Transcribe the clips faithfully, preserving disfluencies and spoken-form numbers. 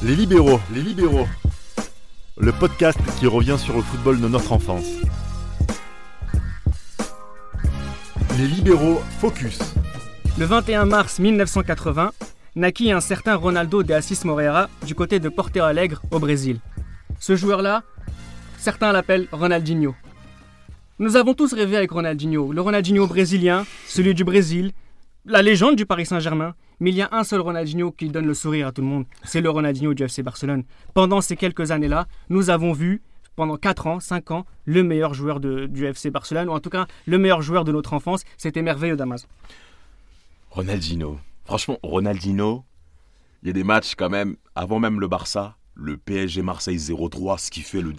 Les libéraux, les libéraux. Le podcast qui revient sur le football de notre enfance. Les libéraux focus. Le vingt et un mars mille neuf cent quatre-vingts, naquit un certain Ronaldo de Assis Moreira du côté de Porto Alegre au Brésil. Ce joueur-là, certains l'appellent Ronaldinho. Nous avons tous rêvé avec Ronaldinho, le Ronaldinho brésilien, celui du Brésil, la légende du Paris Saint-Germain. Mais il y a un seul Ronaldinho qui donne le sourire à tout le monde, c'est le Ronaldinho du F C Barcelone. Pendant ces quelques années-là, nous avons vu, pendant quatre ans, cinq ans, le meilleur joueur de, du F C Barcelone, ou en tout cas, le meilleur joueur de notre enfance. C'était merveilleux, Damas. Ronaldinho. Franchement, Ronaldinho, il y a des matchs quand même, avant même le Barça, le P S G Marseille zéro trois, ce qui fait le...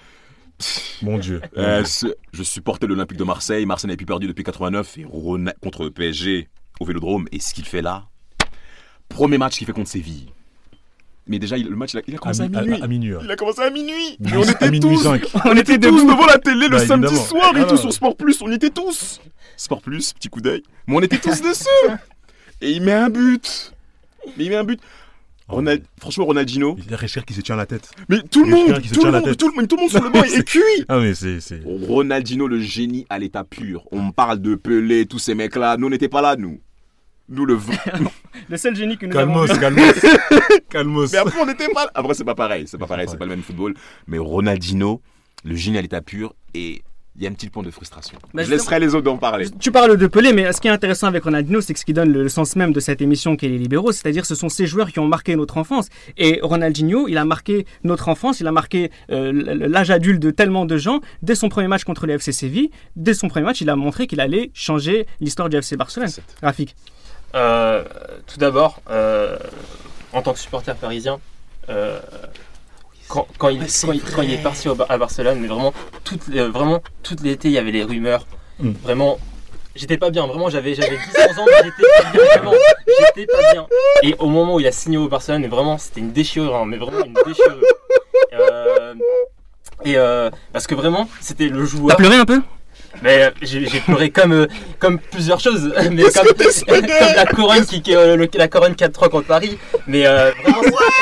Mon Dieu. Euh, je supportais l'Olympique de Marseille, Marseille n'avait plus perdu depuis quatre-vingt-neuf, et Ron... contre le P S G au Vélodrome, et ce qu'il fait là, premier match qu'il fait contre Séville. Mais déjà, il, le match, il a, il a commencé à, à minuit. À, à minuit ouais. Il a commencé à minuit. minuit et on était minuit tous, cinq. on était tous devant la télé le bah, samedi évidemment. soir et ah, tout sur Sport Plus. On y était tous. Sport Plus, petit coup d'œil. Mais on était tous dessus. Et il met un but. Mais il met un but. Ronald... Franchement, Ronaldinho. Il y a Recher qui se tient la tête. Mais tout le monde, tout le monde, tout le monde, tout le monde sur le banc est cuit. Ah mais c'est, c'est. Ronaldinho, le génie à l'état pur. On parle de Pelé, tous ces mecs-là. Nous, on n'était pas là, nous. Nous, le le seul génie que nous calmos, avons. Calmos, calmos. Mais après, on n'était pas là. Après, c'est pas pareil. C'est pas pareil. C'est, c'est pas le même football. Mais Ronaldinho, le génie à l'état pur, et il y a un petit point de frustration. Bah, je laisserai les autres en parler. Tu parles de Pelé, mais ce qui est intéressant avec Ronaldinho, c'est que ce qui donne le sens même de cette émission qu'est Les Libéraux, c'est-à-dire ce sont ces joueurs qui ont marqué notre enfance. Et Ronaldinho, il a marqué notre enfance, il a marqué euh, l'âge adulte de tellement de gens. Dès son premier match contre le F C Séville, dès son premier match, il a montré qu'il allait changer l'histoire du F C Barcelone. Rafik. Euh, tout d'abord, euh, en tant que supporter parisien, euh, quand, quand, il, quand, il, quand il est parti au, à Barcelone, mais vraiment, tout, euh, vraiment, tout l'été, il y avait les rumeurs. Mm. Vraiment, j'étais pas bien. Vraiment, j'avais, j'avais dix onze ans, mais j'étais pas bien. Vraiment, j'étais pas bien. Et au moment où il a signé au Barcelone, mais vraiment, c'était une déchirure, hein, mais vraiment une déchirure. Euh, et euh, parce que vraiment, c'était le joueur. T'as pleuré un peu? Mais j'ai, j'ai pleuré comme, euh, comme plusieurs choses, mais comme, comme la couronne qui, qui euh, le, la couronne quatre trois contre Paris. Mais euh, vraiment,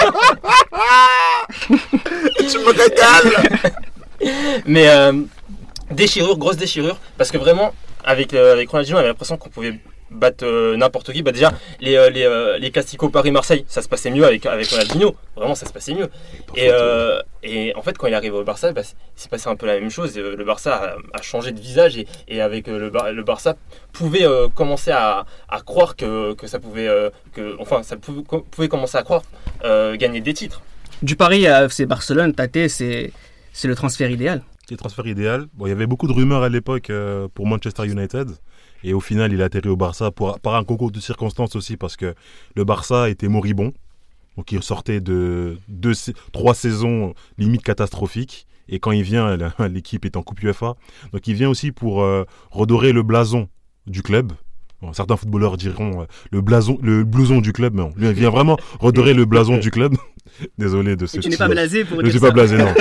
tu me régales. Mais euh, déchirure, grosse déchirure, parce que vraiment, avec, euh, avec Ronaldinho, on avait l'impression qu'on pouvait battre euh, n'importe qui. Bah déjà, les, euh, les, euh, les Classico Paris-Marseille, ça se passait mieux avec, avec Ronaldinho. Vraiment, ça se passait mieux. Et, euh, et en fait, quand il arrive au Barça, bah, c'est passé un peu la même chose. Le Barça a, a changé de visage et, et avec le, Bar- le Barça pouvait euh, commencer à, à croire que, que ça pouvait, euh, que, enfin, ça pouvait, pouvait commencer à croire euh, gagner des titres. Du Paris à F C Barcelone, Tate, c'est, c'est le transfert idéal. C'est le transfert idéal. Bon, il y avait beaucoup de rumeurs à l'époque euh, pour Manchester United. Et au final, il a atterri au Barça pour, par un concours de circonstances aussi, parce que le Barça était moribond. Donc il sortait de deux, trois saisons limite catastrophiques. Et quand il vient, l'équipe est en Coupe UEFA. Donc il vient aussi pour euh, redorer le blason du club. Bon, certains footballeurs diront euh, le, blason, le blouson du club, mais non. Lui, il vient vraiment redorer le blason du club. Désolé de ce. Et tu n'es pas blasé pour je dire ça. Je ne suis pas blasé, non.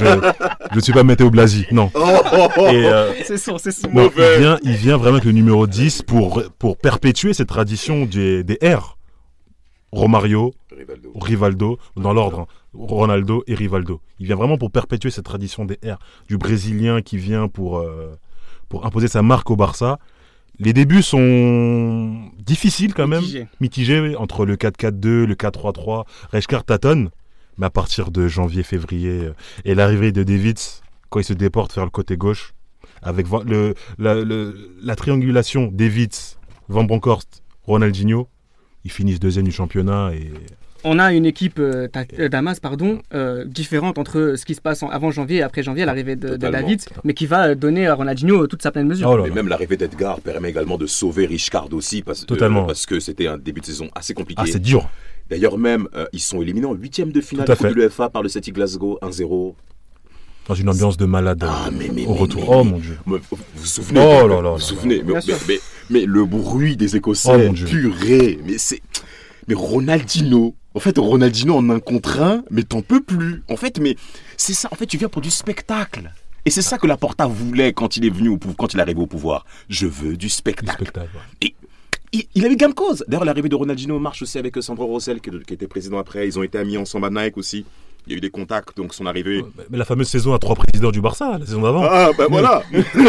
Je ne suis pas Météo Blasi, non. Et, euh, c'est son, c'est son. Non, il vient, il vient vraiment avec le numéro dix pour, pour perpétuer cette tradition des, des R. Romario, Rivaldo, Rivaldo dans l'ordre, hein, Ronaldo et Rivaldo. Il vient vraiment pour perpétuer cette tradition des R. Du Brésilien qui vient pour, euh, pour imposer sa marque au Barça. Les débuts sont difficiles quand même, mitigés, mitigés entre le quatre quatre deux, le quatre trois trois. Recher tâtonne, mais à partir de janvier-février euh, et l'arrivée de Davids, quand il se déporte vers le côté gauche, avec le, la, le, la triangulation Davids, Van Bronckhorst, Ronaldinho, ils finissent deuxième du championnat et... On a une équipe euh, Damas pardon, euh, différente entre ce qui se passe en, avant janvier et après janvier, l'arrivée de, de David, mais qui va donner à Ronaldinho toute sa pleine mesure. Oh là là. Mais même l'arrivée d'Edgar permet également de sauver Richcard aussi, parce, euh, parce que c'était un début de saison assez compliqué. Ah, c'est dur. D'ailleurs même, euh, ils sont éliminés en huitième de finale de l'UEFA par le Celtic Glasgow, un zéro. Dans une ambiance de malade ah, mais, mais, au mais, retour. Mais, oh mais, mon Dieu. Vous vous, vous souvenez Oh là là là. Vous vous souvenez mais, mais, mais, mais le bruit des Écossais, oh, purée. Mais c'est... Mais Ronaldinho, en fait, Ronaldinho en un contre un, mais t'en peux plus. En fait, mais c'est ça. En fait, tu viens pour du spectacle. Et c'est ça que Laporta voulait quand il est venu au pouvoir, quand il est arrivé au pouvoir. Je veux du spectacle. Du spectacle ouais. Et il, il a eu gain de cause. D'ailleurs, l'arrivée de Ronaldinho marche aussi avec Sandro Rosell, qui, qui était président après. Ils ont été amis ensemble à Nike aussi. Il y a eu des contacts, donc son arrivée. Mais la fameuse saison à trois présidents du Barça, la saison d'avant. Ah, ben voilà.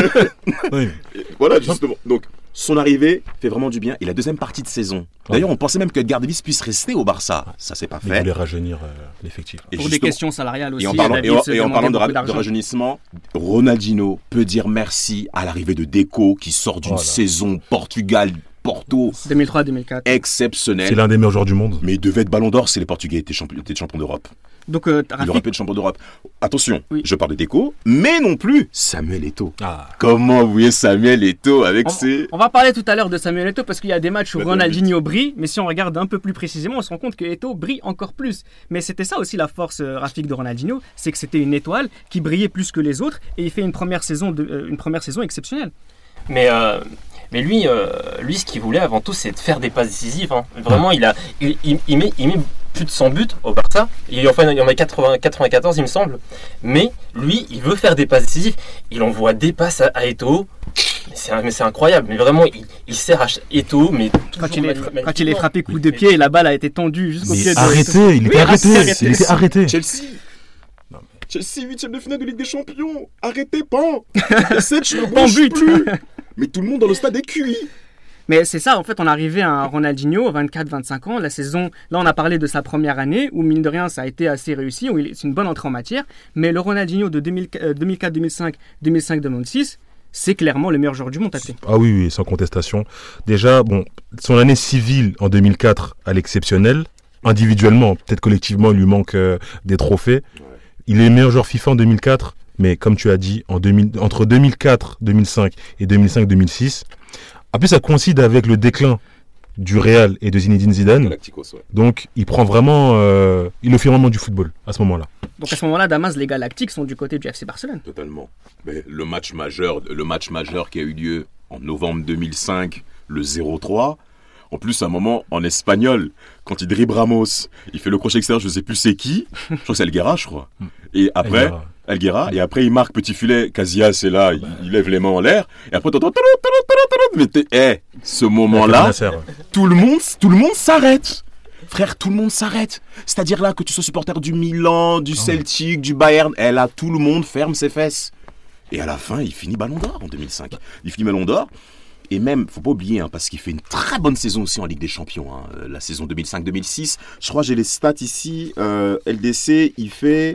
Oui. Voilà, justement. Donc, son arrivée fait vraiment du bien. Et la deuxième partie de saison. D'ailleurs, on pensait même que Edgar Davis puisse rester au Barça. Ça, c'est pas Mais fait. il voulait rajeunir euh, l'effectif. Et Pour des justement- questions salariales aussi. Et en parlant, et David en, se et en demandait parlant de, beaucoup ra- de d'argent. rajeunissement, Ronaldinho peut dire merci à l'arrivée de Deco qui sort d'une Voilà. saison Portugal, Porto deux mille trois deux mille quatre. C'est exceptionnelle. l'un des meilleurs joueurs du monde. Mais il devait être ballon d'or si les Portugais étaient champions, étaient champions d'Europe. Donc, euh, Il Rafik, aurait pu être champion d'Europe. Attention, Oui. je parle de Deco, mais non plus Samuel Eto'o. Ah. Comment vous voyez Samuel Eto'o avec on, ses... on va parler tout à l'heure de Samuel Eto'o parce qu'il y a des matchs où Bah, Ronaldinho brille, mais si on regarde un peu plus précisément, on se rend compte que Eto'o brille encore plus. Mais c'était ça aussi la force, euh, Rafik, de Ronaldinho, c'est que c'était une étoile qui brillait plus que les autres et il fait une première saison, de, euh, une première saison exceptionnelle. Mais, euh, mais lui, euh, lui, ce qu'il voulait avant tout, c'est de faire des passes décisives. Hein. Vraiment, il, a, il, il, il met, il met plus de cent buts au Barça. Il, enfin, il en met quatre-vingts, quatre-vingt-quatorze, il me semble. Mais lui, il veut faire des passes décisives. Il envoie des passes à, à Eto'o. Mais c'est, mais c'est incroyable. Mais vraiment, il, il sert à Eto'o. Mais Quand il, est, toujours quand il est frappé coup de Mais- pied, la balle a été tendue jusqu'au Mais pied de Arrêtez, il était Oui, arrêté. arrêtez. Il était arrêté. Chelsea Non, Chelsea, huitième de finale de Ligue des Champions. Arrêtez, Pan. Cette ne Pan bouge but. plus. Mais tout le monde dans le stade est cuit. Mais c'est ça, en fait, on arrivait à un Ronaldinho, vingt-quatre vingt-cinq ans. La saison, là, on a parlé de sa première année, où mine de rien, ça a été assez réussi, où il- c'est une bonne entrée en matière. Mais le Ronaldinho de deux mille quatre deux mille cinq, deux mille cinq deux mille six, c'est clairement le meilleur joueur du monde, Tate. Ah oui, oui, sans contestation. Déjà, bon, son année civile en deux mille quatre, elle est exceptionnelle. Individuellement, peut-être collectivement, il lui manque euh, des trophées. Il est meilleur joueur FIFA en deux mille quatre, mais comme tu as dit, en deux mille, entre deux mille quatre deux mille cinq et deux mille cinq deux mille six. En plus, ça coïncide avec le déclin du Real et de Zinedine Zidane. Galacticos, ouais. Donc, il prend vraiment, euh, il le fait vraiment du football à ce moment-là. Donc à ce moment-là, Damas, les Galactiques sont du côté du F C Barcelone. Totalement. Mais le match majeur, le match majeur qui a eu lieu en novembre deux mille cinq, le zéro trois. En plus, à un moment, en espagnol, quand il dribble Ramos, il fait le crochet extérieur, je sais plus c'est qui. Je crois que c'est Elguera, je crois. Et après, Elguera. Elguera, et après il marque petit filet, Casillas est là, il, il lève les mains en l'air, et après t'entends... Mais t'es, eh, ce moment-là, Nasser, ouais. tout le monde, tout le monde s'arrête. Frère, tout le monde s'arrête. C'est-à-dire là, que tu sois supporter du Milan, du Celtic, du Bayern, eh là, tout le monde ferme ses fesses. Et à la fin, il finit Ballon d'Or en deux mille cinq. Il finit Ballon d'Or. Et même, faut pas oublier, hein, parce qu'il fait une très bonne saison aussi en Ligue des Champions. Hein, euh, la saison deux mille cinq deux mille six. Je crois que j'ai les stats ici. Euh, L D C, il fait...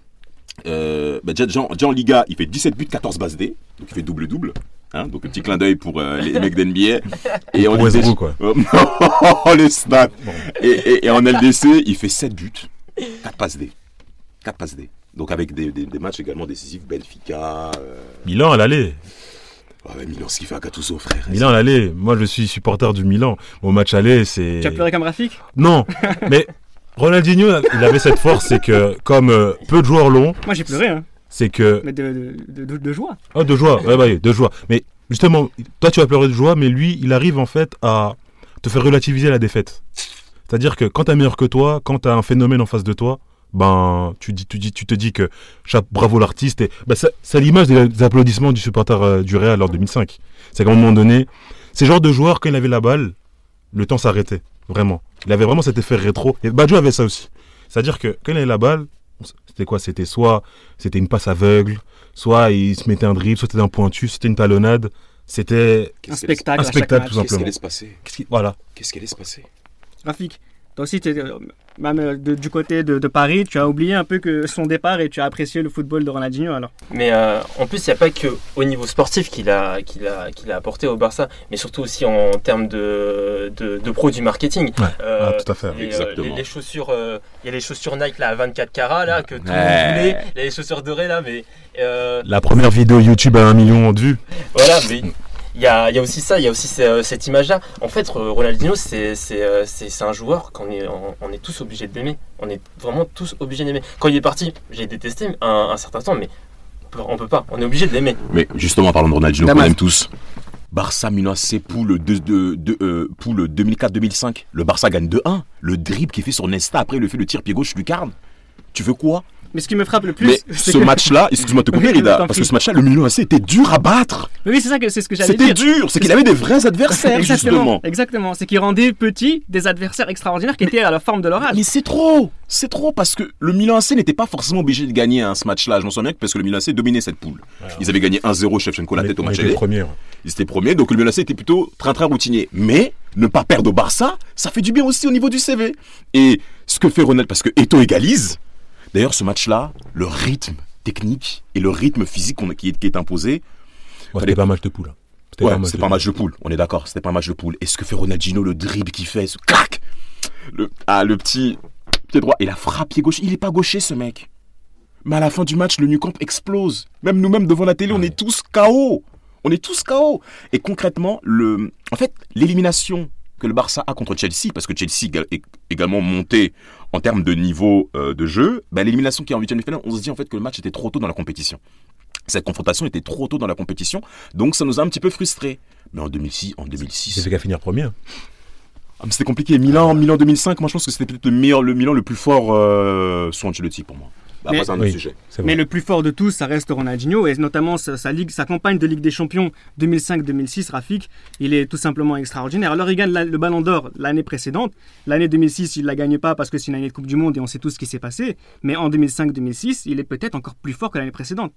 Euh, bah, déjà, déjà, en- déjà en Liga, il fait dix-sept buts, quatorze passes D. Donc il fait double-double. Hein, donc un petit clin d'œil pour euh, les mecs d'N B A. Et en Pour Ligue des- Westbrook, quoi. Oh, les stats. Et, et- et en L D C, il fait sept buts, quatre passes D. quatre passes D. Donc avec des, des- des matchs également décisifs, Benfica. Euh... Milan, elle allait. Ah ouais, Milan, ce qu'il fait à Gattuso, frère. Milan, elle allait. Moi, je suis supporter du Milan. Au match aller, c'est. Tu as pleuré comme Rafik? Non, mais Ronaldinho, il avait cette force, c'est que comme euh, peu de joueurs l'ont, Moi j'ai pleuré, hein. c'est que Mais de, de, de, de joie. oh, de joie, ouais, bah, oui, de joie. Mais justement, toi, tu vas pleurer de joie, mais lui, il arrive en fait à te faire relativiser la défaite. C'est-à-dire que quand t'as meilleur que toi, quand t'as un phénomène en face de toi, ben tu dis, tu dis, tu te dis que chape, bravo l'artiste. Et ben, ça- c'est à l'image des, des applaudissements du supporter euh, du Real en deux mille cinq. C'est qu'à un moment donné, ces genres de joueurs, quand il avait la balle, le temps s'arrêtait. Vraiment. Il avait vraiment cet effet rétro. Et Baggio avait ça aussi. C'est-à-dire que quand il avait la balle, c'était quoi? C'était soit c'était une passe aveugle, soit il se mettait un dribble, soit c'était un pointu, c'était une talonnade. C'était Un spectacle. un à chaque spectacle, match. tout Qu'est-ce qui simplement. allait se passer Qu'est-ce qui- Voilà. Qu'est-ce qui allait se passer Rafik, toi aussi, t'es, euh, même euh, de- du côté de, de Paris, tu as oublié un peu que son départ et tu as apprécié le football de Ronaldinho alors. Mais euh, en plus, il n'y a pas que au niveau sportif qu'il a, qu'il a, qu'il a apporté au Barça, mais surtout aussi en termes de, de, de produits marketing. Ouais. Euh, Ah, tout à fait. les, euh, Exactement. les, les chaussures, euh, il y a les chaussures Nike là, à vingt-quatre carats là, que tout le Ouais. monde voulait. Il y a les chaussures dorées là, mais euh, La première vidéo YouTube à un million de vues. voilà, mais il y a, il y a aussi ça, il y a aussi ce- cette image-là. En fait, euh, Ronaldinho, c'est, c'est, euh, c'est, c'est un joueur qu'on est, on, on est tous obligés d'aimer. On est vraiment tous obligés d'aimer. Quand il est parti, j'ai détesté un, un certain temps, mais on peut, on peut pas. On est obligé de l'aimer. Mais justement, en parlant de Ronaldinho, Damas. qu'on aime tous. Barça Milan A C poule, de, de, de, euh, poule deux mille quatre deux mille cinq. Le Barça gagne deux un. Le dribble qui fait sur Nesta, après il le fait le tir pied gauche lucarne. Tu veux quoi? Mais ce qui me frappe le plus, Mais c'est ce que- match-là, excuse-moi de te couper, Oui, Rida, je t'en parce prie. que ce match-là, le Milan A C était dur à battre. Oui, c'est ça que c'est ce que j'allais C'était dire. dur, c'est qu'il avait des vrais adversaires, Exactement, justement. exactement. C'est qu'il rendait petits des adversaires extraordinaires qui étaient à la forme de leur âge. Mais c'est trop, c'est trop parce que le Milan A C n'était pas forcément obligé de gagner hein, ce match-là. Je m'en souviens que parce que le Milan A C dominait cette poule. Ils avaient gagné un zéro, Shevchenko la On tête au on match était aller. premier. ouais. Ils étaient premiers, donc le Milan A C était plutôt train-train routinier. Mais ne pas perdre au Barça, ça fait du bien aussi au niveau du C V. Et ce que fait Ronald, parce que Eto'o égalise. D'ailleurs, ce match-là, le rythme technique et le rythme physique qu'on- qui, est, qui est imposé, Ouais, Fallait- C'était pas un match de poule. hein. C'était ouais, pas un match c'était de pas un poule. match de poule. On est d'accord, c'était pas un match de poule. Et ce que fait Ronaldinho, le dribble qu'il fait, ce clac, le, ah, le petit pied droit et la frappe pied gauche. Il est pas gaucher, ce mec. Mais à la fin du match, le Nou Camp explose. Même nous-mêmes devant la télé, on Ouais. est tous K O. On est tous K O. Et concrètement, le, en fait, l'élimination que le Barça a contre Chelsea, parce que Chelsea éga- est également monté en termes de niveau euh, de jeu, bah, l'élimination qui est en huitième de finale, on se dit en fait que le match était trop tôt dans la compétition. Cette confrontation était trop tôt dans la compétition, donc ça nous a un petit peu frustrés. Mais en deux mille six, en deux mille six, C'est fait qu'à finir premier. hein. ah, mais c'était compliqué. Milan, Milan deux mille cinq, moi je pense que c'était peut-être le meilleur, le Milan le plus fort euh, sous Ancelotti pour moi. Après, Mais- c'est un autre Oui. sujet. C'est vrai. Mais le plus fort de tous, ça reste Ronaldinho, et notamment sa, sa ligue, sa campagne de Ligue des Champions deux mille cinq deux mille six, Rafik, il est tout simplement extraordinaire. Alors il gagne la- le Ballon d'Or l'année précédente. L'année deux mille six, il ne la gagne pas parce que c'est une année de Coupe du Monde et on sait tout ce qui s'est passé. Mais en deux mille cinq deux mille six, il est peut-être encore plus fort que l'année précédente.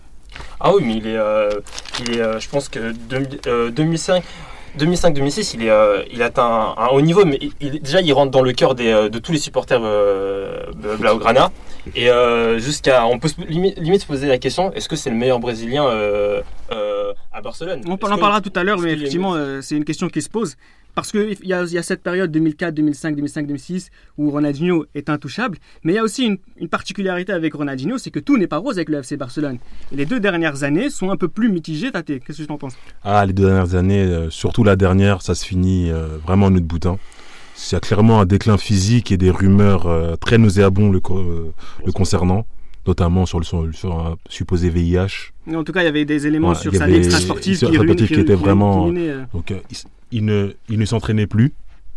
Ah oui, mais il est, euh, il est euh, je pense que deux mille- euh, deux mille cinq deux mille cinq deux mille six, il, est, euh, il atteint un, un haut niveau, mais il- il- déjà il rentre dans le cœur des, euh, de tous les supporters euh, de Blaugrana. Et euh, jusqu'à. On peut se- limite, limite se poser la question, est-ce que c'est le meilleur Brésilien euh, euh, à Barcelone? On Est-ce en que- parlera tout à l'heure, est-ce mais qu'il est- effectivement, euh, c'est une question qui se pose. Parce qu'il y a, il y a cette période deux mille quatre, deux mille cinq, deux mille cinq, deux mille six où Ronaldinho est intouchable. Mais il y a aussi une, une particularité avec Ronaldinho, c'est que tout n'est pas rose avec le F C Barcelone. Et les deux dernières années sont un peu plus mitigées. Tate, qu'est-ce que tu en penses? Ah, les deux dernières années, euh, surtout la dernière, ça se finit euh, vraiment en nœud de boutin. Il y a clairement un déclin physique et des rumeurs euh, très nauséabondes le, co- euh, le concernant, notamment sur, le, sur, sur un supposé V I H. En tout cas, il y avait des éléments Ouais, sur il y sa vie avait- extra-sportive sur qui sa ruinent- sportive qui qui- était qui vraiment- ruinent- euh, Donc, euh, il, il ne, il ne s'entraînait plus.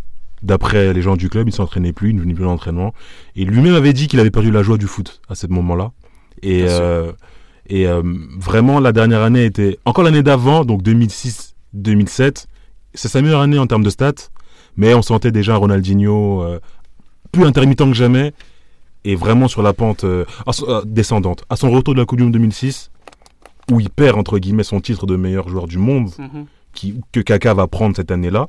D'après les gens du club, il ne s'entraînait plus, il ne venait plus à l'entraînement. Et lui-même avait dit qu'il avait perdu la joie du foot à ce moment-là. Et, Bien sûr. euh, et euh, vraiment, la dernière année était... Encore l'année d'avant, donc deux mille six deux mille sept, c'est sa meilleure année en termes de stats. Mais on sentait déjà un Ronaldinho euh, plus intermittent que jamais. Et vraiment sur la pente euh, à son- euh, descendante. À son retour de la Coupe du Monde deux mille six, où il perd, entre guillemets, son titre de meilleur joueur du monde, mhm. qui, que Kaka va prendre cette année-là,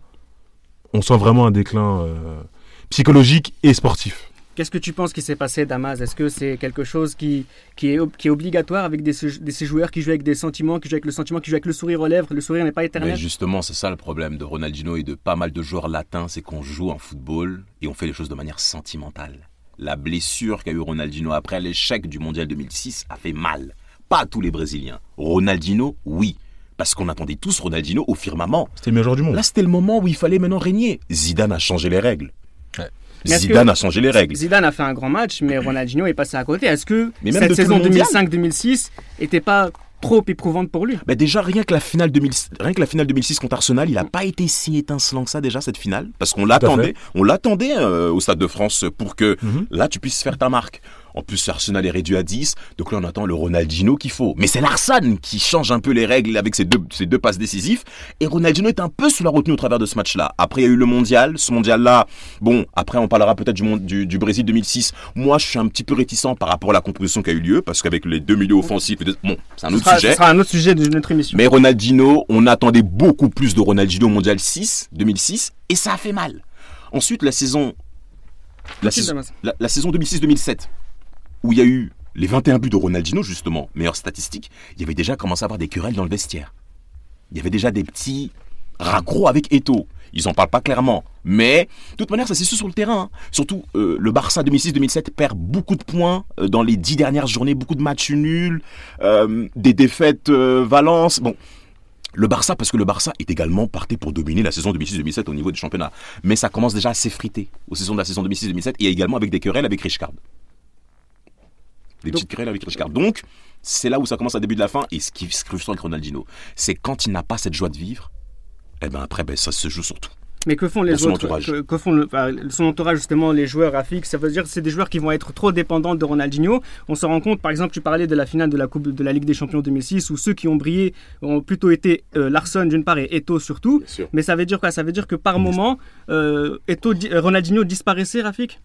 on sent vraiment un déclin euh, psychologique et sportif. Qu'est-ce que tu penses qui s'est passé, Damas? Est-ce que c'est quelque chose qui, qui, est, ob- qui est obligatoire avec des, de ces joueurs qui jouent avec des sentiments, qui jouent avec le sentiment, qui jouent avec le sourire aux lèvres? Le sourire n'est pas Mais éternel. justement, c'est ça le problème de Ronaldinho et de pas mal de joueurs latins, c'est qu'on joue en football et on fait les choses de manière sentimentale. La blessure qu'a eu Ronaldinho après l'échec du Mondial deux mille six a fait mal. Pas à tous les Brésiliens. Ronaldinho, oui. Parce qu'on attendait tous Ronaldinho au firmament. C'était le meilleur joueur du monde. Là, c'était le moment où il fallait maintenant régner. Zidane a changé les règles. Ouais. Mais est-ce Zidane que- a changé les règles. Zidane a fait un grand match, mais Ronaldinho est passé à côté. Est-ce que Mais même cette de tout le saison mondial. deux mille cinq deux mille six n'était pas trop éprouvante pour lui? Bah déjà, rien que la finale deux mille, rien que la finale deux mille six contre Arsenal, il n'a pas été si étincelant que ça déjà cette finale, parce qu'on l'attendait, on l'attendait euh, au Stade de France pour que Mhm. là tu puisses faire ta marque. En plus, Arsenal est réduit à dix, donc là on attend le Ronaldinho qu'il faut. Mais c'est Larsane qui change un peu les règles avec ses deux, ses deux passes décisives, et Ronaldinho est un peu sous la retenue au travers de ce match-là. Après, il y a eu le mondial, ce mondial-là, bon, après on parlera peut-être du, mon- du, du Brésil deux mille six. Moi, je suis un petit peu réticent par rapport à la composition qui a eu lieu, parce qu'avec les deux milieux offensifs, les deux- bon, c'est un Ce autre sera, sujet. ce sera un autre sujet de notre émission. Mais Ronaldinho, on attendait beaucoup plus de Ronaldinho au Mondial six, deux mille six, et ça a fait mal. Ensuite, la saison, la, Merci, saison, Damas. la, la saison deux mille six deux mille sept, où il y a eu les vingt et un buts de Ronaldinho, justement, meilleure statistique, il y avait déjà commencé à avoir des querelles dans le vestiaire. Il y avait déjà des petits raccrocs avec Eto'o. Ils en parlent pas clairement. Mais, de toute manière, ça s'est su sur le terrain. hein. Surtout, euh, le Barça deux mille six deux mille sept perd beaucoup de points euh, dans les dix dernières journées, beaucoup de matchs nuls, euh, des défaites euh, Valence. Bon, le Barça, parce que le Barça est également parti pour dominer la saison deux mille six deux mille sept au niveau du championnat. Mais ça commence déjà à s'effriter aux saisons de la saison deux mille six deux mille sept et également avec des querelles avec Rijkaard. Des Donc- petites querelles avec Rijkaard. Donc, c'est là où ça commence à début de la fin. Et ce qui se frustrant avec Ronaldinho, c'est quand il n'a pas cette joie de vivre, eh ben après, ben, ça se joue sur tout. Mais que font les Pour son autres entourage. que, que font le, enfin, son entourage, justement, les joueurs, Rafik? Ça veut dire que c'est des joueurs qui vont être trop dépendants de Ronaldinho. On se rend compte, par exemple, tu parlais de la finale de la Coupe de la Ligue des Champions deux mille six, où ceux qui ont brillé ont plutôt été euh, Larsson d'une part et Eto'o surtout. Bien sûr. Mais ça veut dire quoi? Ça veut dire que par moment, euh, Eto'o, di- euh, Ronaldinho disparaissait, Rafik?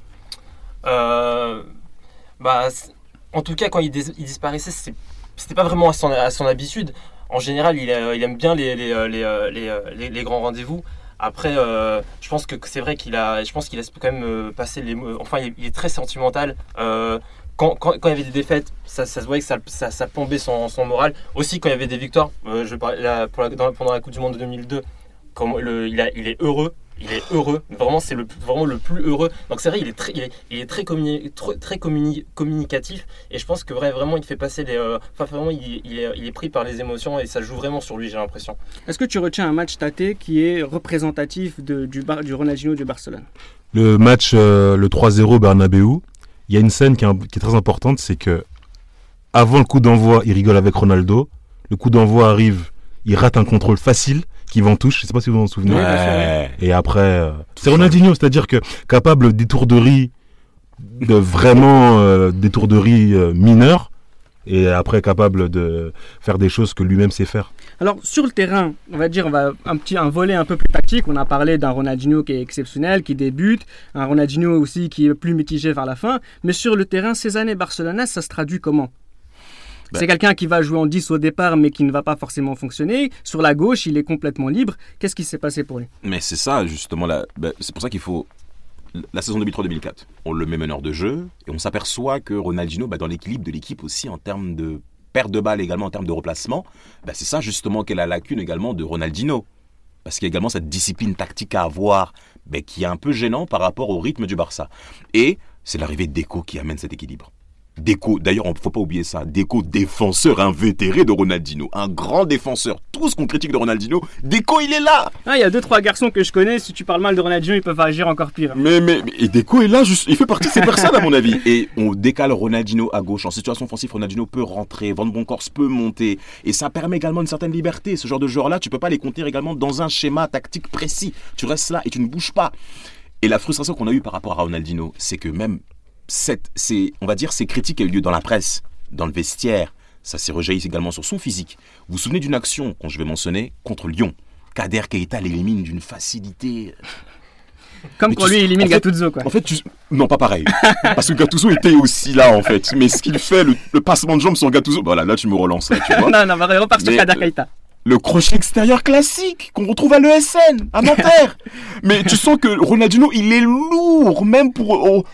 Euh, bah, c- en tout cas, quand il, dis- il disparaissait, c'est- c'était pas vraiment à son, à son habitude. En général, il, euh, il aime bien les, les, euh, les, euh, les, euh, les- les grands rendez-vous. Après, euh, je pense que c'est vrai qu'il a, je pense qu'il laisse quand même euh, passer les mots. Enfin, il est, il est très sentimental. Euh, quand, quand, quand il y avait des défaites, ça, ça se voyait que ça, ça, ça plombait son, son moral. Aussi, quand il y avait des victoires, euh, je parlais là, pour la- dans- pendant la Coupe du Monde de deux mille deux, comme le, il, a, il est heureux. Il est heureux, vraiment c'est le, vraiment le plus heureux. Donc c'est vrai, il est très, il est, il est très, communi- très, très communi- communicatif et je pense que vrai, vraiment il fait passer les. euh, Enfin vraiment il, il, est, il est pris par les émotions et ça joue vraiment sur lui, j'ai l'impression. Est-ce que tu retiens un match tâté qui est représentatif de, du, Bar- du Ronaldinho du Barcelone? Le match, euh, le trois zéro Bernabeu, il y a une scène qui est, un- qui est très importante, c'est que avant le coup d'envoi, il rigole avec Ronaldo. Le coup d'envoi arrive, il rate un contrôle facile qui va en touche. Je sais pas si vous vous en souvenez. Ouais, bien sûr, Ouais. Et après, euh, c'est Ronaldinho, c'est-à-dire que capable d'étourderies, de vraiment euh, d'étourderies euh, mineures, et après capable de faire des choses que lui-même sait faire. Alors sur le terrain, on va dire on va un petit un volet un peu plus tactique. On a parlé d'un Ronaldinho qui est exceptionnel, qui débute, un Ronaldinho aussi qui est plus mitigé vers la fin. Mais sur le terrain, ces années barcelonaises, ça se traduit comment? Ben. C'est quelqu'un qui va jouer en dix au départ, mais qui ne va pas forcément fonctionner. Sur la gauche, il est complètement libre. Qu'est-ce qui s'est passé pour lui? Mais c'est ça, justement, là, ben, c'est pour ça qu'il faut. La saison deux mille trois deux mille quatre, on le met meneur de jeu et on s'aperçoit que Ronaldinho, ben, dans l'équilibre de l'équipe aussi, en termes de perte de balle, également en termes de replacement, ben, c'est ça justement qu'est la lacune également de Ronaldinho. Parce qu'il y a également cette discipline tactique à avoir ben, qui est un peu gênant par rapport au rythme du Barça. Et c'est l'arrivée de Deco qui amène cet équilibre. Deco, d'ailleurs, il ne faut pas oublier ça. Deco, défenseur invétéré de Ronaldinho. Un grand défenseur. Tout ce qu'on critique de Ronaldinho, Deco, il est là. Ah, il y a deux trois garçons que je connais. Si tu parles mal de Ronaldinho, ils peuvent agir encore pire. Mais, mais, mais- et Deco est là, juste, il fait partie de ces personnes à mon avis. Et on décale Ronaldinho à gauche. En situation offensive, Ronaldinho peut rentrer, Van Bronckhorst peut monter. Et ça permet également une certaine liberté. Ce genre de joueurs-là, tu peux pas les contenir également dans un schéma tactique précis. Tu restes là et tu ne bouges pas. Et la frustration qu'on a eue par rapport à Ronaldinho, c'est que même cette, ces, on va dire, ces critiques qui ont eu lieu dans la presse, dans le vestiaire, ça s'est rejailli également sur son physique. Vous vous souvenez d'une action, quand je vais mentionner, contre Lyon. Kader Keita l'élimine d'une facilité. Comme Mais quand tu- lui il élimine en fait- Gattuso, quoi. En fait, tu... non, pas pareil. Parce que Gattuso était aussi là, en fait. Mais ce qu'il fait, le, le passement de jambes sur Gattuso, voilà, là, tu me relances, là, tu vois. non, non, on repart sur Mais, Kader euh, Keita. Le crochet extérieur classique qu'on retrouve à l'E S N, à Nanterre. Mais tu sens que Ronaldinho, il est lourd, même pour... oh,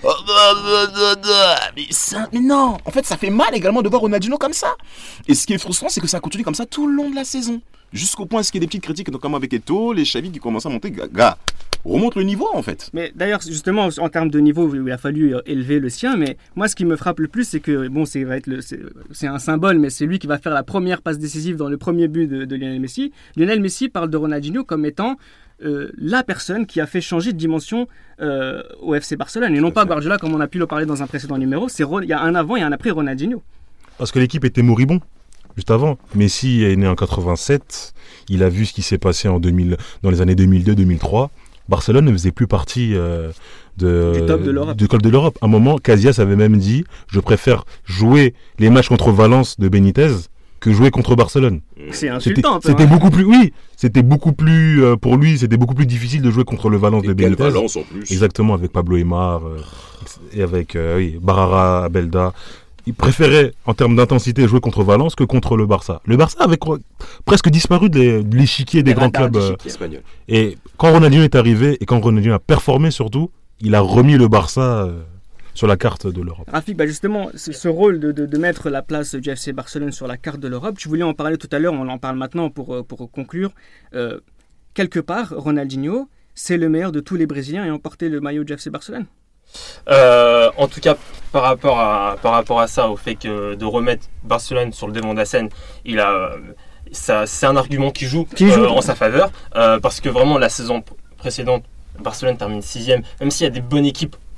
mais, ça, mais non, en fait, ça fait mal également de voir Ronaldinho comme ça. Et ce qui est frustrant, c'est que ça continue comme ça tout le long de la saison. Jusqu'au point, ce qu'il y a des petites critiques, notamment avec Eto'o, les Xavi qui commencent à monter. Gars, remonte le niveau, en fait. Mais d'ailleurs, justement, en termes de niveau, il a fallu euh, élever le sien. Mais moi, ce qui me frappe le plus, c'est que, bon, c'est, va être le, c'est, c'est un symbole, mais c'est lui qui va faire la première passe décisive dans le premier but de, de Lionel Messi. Lionel Messi parle de Ronaldinho comme étant euh, la personne qui a fait changer de dimension euh, au F C Barcelone. Et non pas Guardiola, comme on a pu le parler dans un précédent numéro. C'est, Ro- il y a un avant et un après Ronaldinho. Parce que l'équipe était moribond, juste avant. Messi est né en quatre-vingt-sept. Il a vu ce qui s'est passé en deux mille, dans les années deux mille deux deux mille trois. Barcelone ne faisait plus partie euh, de, Du top de l'Europe. du top de l'Europe. À un moment, Casillas avait même dit « Je préfère jouer les matchs contre Valence de Benitez que jouer contre Barcelone. » C'est C'était, insultant un peu. c'était hein. beaucoup plus... Oui, c'était beaucoup plus... euh, pour lui, c'était beaucoup plus difficile de jouer contre le Valence de Benitez. en plus. Exactement, avec Pablo Aimar euh, et avec euh, oui, Barara, Abelda. Il préférait, en termes d'intensité, jouer contre Valence que contre le Barça. Le Barça avait cro- presque disparu de, l'é- de l'échiquier des Les grands radars clubs. euh, d'échiquier. Espagnol. et quand Ronaldinho est arrivé, et quand Ronaldinho a performé surtout, il a remis le Barça euh, sur la carte de l'Europe. Rafik, bah justement, ce, ce rôle de, de, de mettre la place du F C Barcelone sur la carte de l'Europe, tu voulais en parler tout à l'heure, on en parle maintenant pour, euh, pour conclure. Euh, quelque part, Ronaldinho, c'est le meilleur de tous les Brésiliens ayant porté le maillot du F C Barcelone. Euh, en tout cas, par rapport à par rapport à ça, au fait que de remettre Barcelone sur le devant de la scène, il a ça, c'est un argument qui joue, Qui joue. euh, en sa faveur, euh, parce que vraiment la saison précédente, Barcelone termine sixième, même s'il y a des bonnes équipes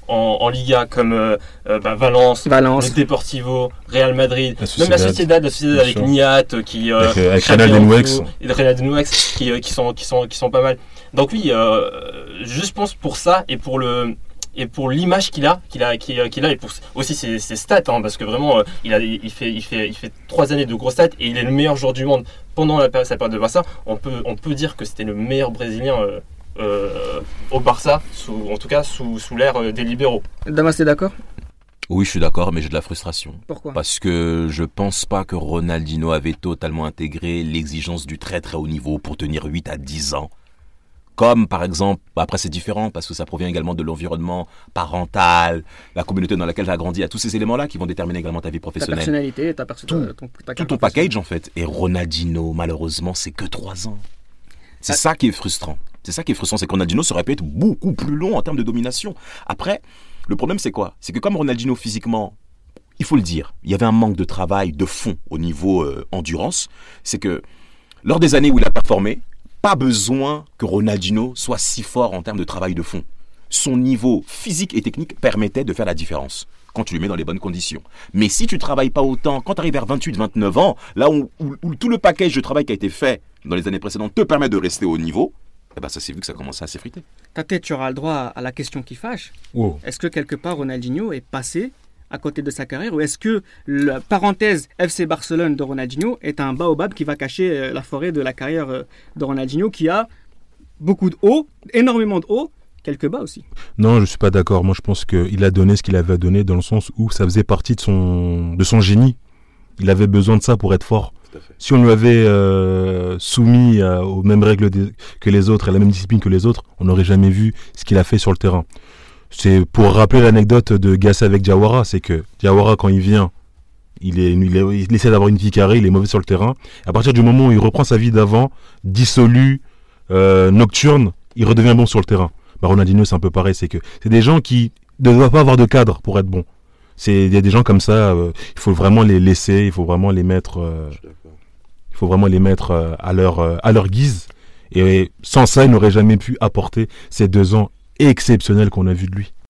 en, en Liga comme euh, euh, bah, Valence, Valence. le Deportivo, Real Madrid, La même la Sociedad. Sociedad, la Sociedad Bien avec sûr. Niat qui euh, Avec, euh, avec Xavi Reynald Antou Denouex. et le Reynald Denouex qui, euh, qui sont qui sont qui sont pas mal. Donc oui, euh, je pense pour ça et pour le et pour l'image qu'il a, qu'il a, qu'il a, qu'il a et pour aussi ses, ses stats, hein, parce que vraiment, euh, il, a, il, fait, il, fait, il fait trois années de grosses stats et il est le meilleur joueur du monde pendant la période, sa période de Barça. On peut, on peut dire que c'était le meilleur Brésilien euh, euh, au Barça, sous, en tout cas sous, sous l'ère euh, des libéraux. Damas, t'es d'accord? Oui, je suis d'accord, mais j'ai de la frustration. Pourquoi? Parce que je pense pas que Ronaldinho avait totalement intégré l'exigence du très très haut niveau pour tenir huit à dix ans. Comme par exemple, après c'est différent parce que ça provient également de l'environnement parental, la communauté dans laquelle tu as grandi, il y a tous ces éléments-là qui vont déterminer également ta vie Ta professionnelle. personnalité, ta perso- Tout. ton, ta Tout carte ton professionnelle. package en fait. Et Ronaldinho, malheureusement, c'est que trois ans. C'est Ah. ça qui est frustrant. C'est ça qui est frustrant, c'est que Ronaldinho ça aurait pu être beaucoup plus long en termes de domination. Après, le problème c'est quoi? C'est que comme Ronaldinho physiquement, il faut le dire, il y avait un manque de travail de fond au niveau euh, endurance. C'est que lors des années où il a performé, pas besoin que Ronaldinho soit si fort en termes de travail de fond. Son niveau physique et technique permettait de faire la différence quand tu le mets dans les bonnes conditions. Mais si tu travailles pas autant, quand tu arrives vers vingt-huit vingt-neuf ans, là où, où- où tout le package de travail qui a été fait dans les années précédentes te permet de rester au niveau, eh ben ça s'est vu que ça commençait à s'effriter. Tate, tu auras le droit à la question qui fâche. Oh. Est-ce que quelque part Ronaldinho est passé à côté de sa carrière ou est-ce que la parenthèse F C Barcelone de Ronaldinho est un baobab qui va cacher euh, la forêt de la carrière euh, de Ronaldinho qui a beaucoup de hauts, énormément de hauts, quelques bas aussi. Non, je suis pas d'accord. Moi, je pense qu'il a donné ce qu'il avait à donner dans le sens où ça faisait partie de son, de son génie. Il avait besoin de ça pour être fort. Si on lui avait euh, soumis à- aux mêmes règles des- que les autres, à la même discipline que les autres, on n'aurait jamais vu ce qu'il a fait sur le terrain. C'est pour rappeler l'anecdote de Gasset avec Diawara, c'est que Diawara, quand il vient, il, est, il, est- il essaie d'avoir une vie carrée, il est mauvais sur le terrain. À partir du moment où il reprend sa vie d'avant, dissolu, euh, nocturne, il redevient bon sur le terrain. Bah, Ronaldinho, c'est un peu pareil, c'est que c'est des gens qui ne doivent pas avoir de cadre pour être bons. C'est, il y a des gens comme ça, euh, il faut vraiment les laisser, il faut vraiment les mettre, euh, il faut vraiment les mettre euh, à leur, euh, à leur guise. Et sans ça, il n'aurait jamais pu apporter ces deux ans exceptionnels qu'on a vus de lui.